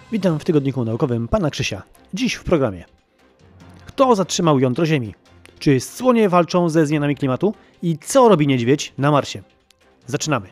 Witam w tygodniku naukowym pana Krzysia. Dziś w programie. Kto zatrzymał jądro Ziemi? Czy słonie walczą ze zmianami klimatu? I co robi niedźwiedź na Marsie? Zaczynamy.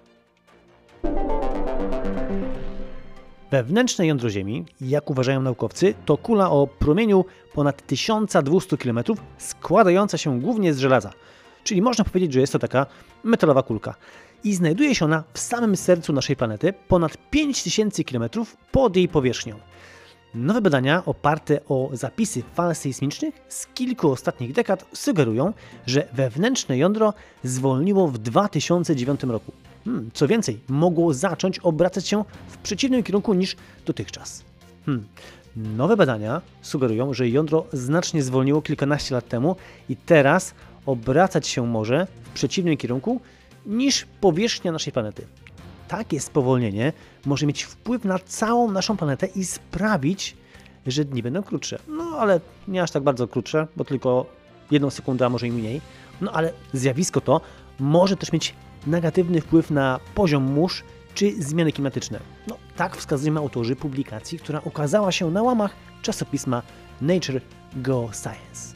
Wewnętrzne jądro Ziemi, jak uważają naukowcy, to kula o promieniu ponad 1200 km składająca się głównie z żelaza. Czyli można powiedzieć, że jest to taka metalowa kulka. I znajduje się ona w samym sercu naszej planety, ponad 5000 km pod jej powierzchnią. Nowe badania oparte o zapisy fal sejsmicznych z kilku ostatnich dekad sugerują, że wewnętrzne jądro zwolniło w 2009 roku. Co więcej, mogło zacząć obracać się w przeciwnym kierunku niż dotychczas. Nowe badania sugerują, że jądro znacznie zwolniło kilkanaście lat temu i teraz obracać się może w przeciwnym kierunku niż powierzchnia naszej planety. Takie spowolnienie może mieć wpływ na całą naszą planetę i sprawić, że dni będą krótsze. No ale nie aż tak bardzo krótsze, bo tylko 1 sekundę, a może i mniej. No ale zjawisko to może też mieć negatywny wpływ na poziom mórz czy zmiany klimatyczne. No tak wskazują autorzy publikacji, która ukazała się na łamach czasopisma Nature Geoscience.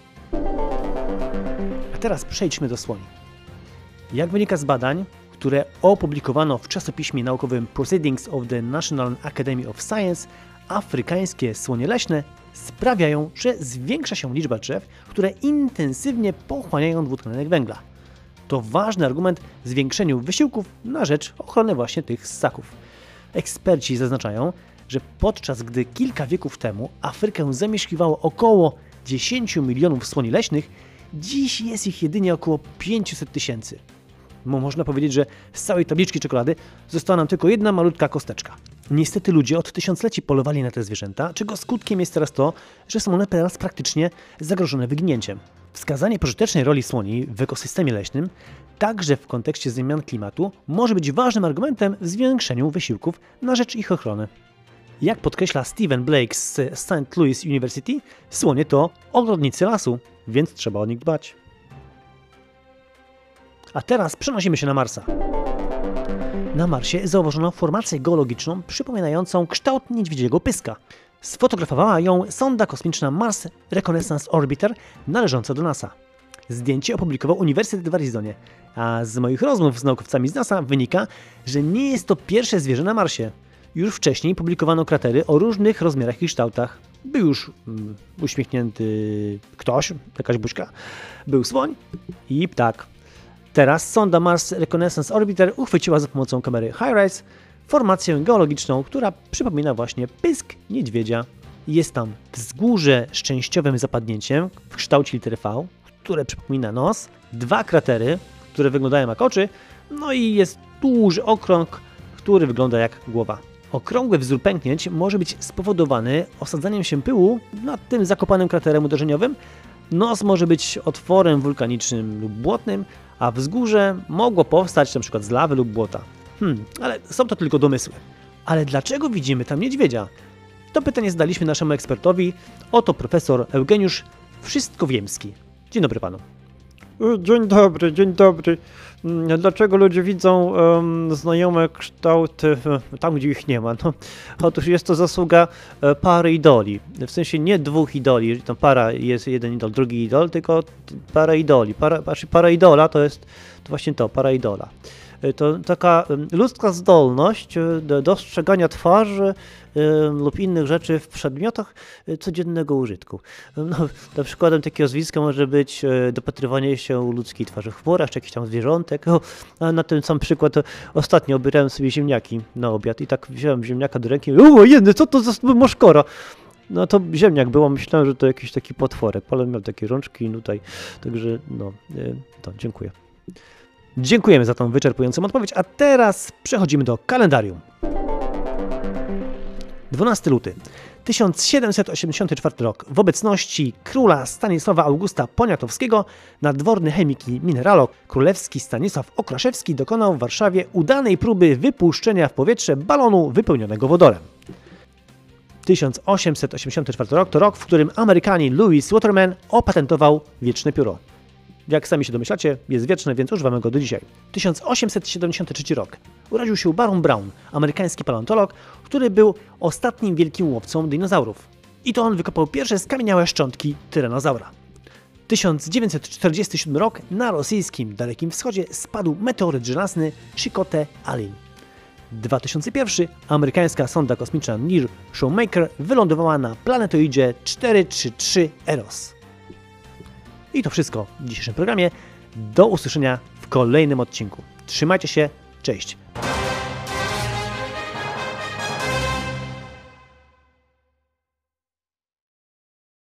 A teraz przejdźmy do słoni. Jak wynika z badań, które opublikowano w czasopiśmie naukowym Proceedings of the National Academy of Science, afrykańskie słonie leśne sprawiają, że zwiększa się liczba drzew, które intensywnie pochłaniają dwutlenek węgla. To ważny argument w zwiększeniu wysiłków na rzecz ochrony właśnie tych ssaków. Eksperci zaznaczają, że podczas gdy kilka wieków temu Afrykę zamieszkiwało około 10 milionów słoni leśnych, dziś jest ich jedynie około 500 tysięcy. Można powiedzieć, że z całej tabliczki czekolady została nam tylko jedna malutka kosteczka. Niestety ludzie od tysiącleci polowali na te zwierzęta, czego skutkiem jest teraz to, że są one teraz praktycznie zagrożone wyginięciem. Wskazanie pożytecznej roli słoni w ekosystemie leśnym, także w kontekście zmian klimatu, może być ważnym argumentem w zwiększeniu wysiłków na rzecz ich ochrony. Jak podkreśla Stephen Blake z St. Louis University, słonie to ogrodnicy lasu, więc trzeba o nich dbać. A teraz przenosimy się na Marsa. Na Marsie zauważono formację geologiczną przypominającą kształt niedźwiedziego pyska. Sfotografowała ją sonda kosmiczna Mars Reconnaissance Orbiter należąca do NASA. Zdjęcie opublikował Uniwersytet w Arizonie, a z moich rozmów z naukowcami z NASA wynika, że nie jest to pierwsze zwierzę na Marsie. Już wcześniej publikowano kratery o różnych rozmiarach i kształtach. Był już uśmiechnięty ktoś, jakaś buźka, był słoń i ptak. Teraz sonda Mars Reconnaissance Orbiter uchwyciła za pomocą kamery HiRISE formację geologiczną, która przypomina właśnie pysk niedźwiedzia. Jest tam wzgórze z częściowym zapadnięciem w kształcie litery V, które przypomina nos, 2 kratery, które wyglądają jak oczy, no i jest duży okrąg, który wygląda jak głowa. Okrągły wzór pęknięć może być spowodowany osadzaniem się pyłu nad tym zakopanym kraterem uderzeniowym. Nos może być otworem wulkanicznym lub błotnym, a wzgórze mogło powstać np. z lawy lub błota. Ale są to tylko domysły. Ale dlaczego widzimy tam niedźwiedzia? To pytanie zadaliśmy naszemu ekspertowi. Oto profesor Eugeniusz Wszystkowiemski. Dzień dobry panu. Dzień dobry, dzień dobry. Dlaczego ludzie widzą znajome kształty tam, gdzie ich nie ma? No, otóż jest to zasługa pary idoli. W sensie nie 2 idoli, tam para jest jeden idol, drugi idol, tylko para idoli. Para idola to jest właśnie to, para idola. To taka ludzka zdolność do dostrzegania twarzy lub innych rzeczy w przedmiotach codziennego użytku. No, na przykładem takiego zjawiska może być dopatrywanie się ludzkiej twarzy w chmurach, czy jakichś tam zwierzątek. A na ten sam przykład ostatnio obierałem sobie ziemniaki na obiad i tak wziąłem ziemniaka do ręki i jedy, co to za moszkora? No to ziemniak było, myślałem, że to jakiś taki potworek, ale miał takie rączki tutaj, także no, to dziękuję. Dziękujemy za tą wyczerpującą odpowiedź, a teraz przechodzimy do kalendarium. 12 luty 1784 rok. W obecności króla Stanisława Augusta Poniatowskiego nadworny chemik i mineralog królewski Stanisław Okraszewski dokonał w Warszawie udanej próby wypuszczenia w powietrze balonu wypełnionego wodorem. 1884 rok to rok, w którym Amerykanin Louis Waterman opatentował wieczne pióro. Jak sami się domyślacie, jest wieczny, więc używamy go do dzisiaj. 1873 rok. Urodził się Baron Brown, amerykański paleontolog, który był ostatnim wielkim łowcą dinozaurów. I to on wykopał pierwsze skamieniałe szczątki tyranozaura. 1947 rok. Na rosyjskim Dalekim Wschodzie spadł meteoryt żelazny Chicote-Alin. 2001. Amerykańska sonda kosmiczna NIR Shoemaker wylądowała na planetoidzie 433 Eros. I to wszystko w dzisiejszym programie. Do usłyszenia w kolejnym odcinku. Trzymajcie się, cześć!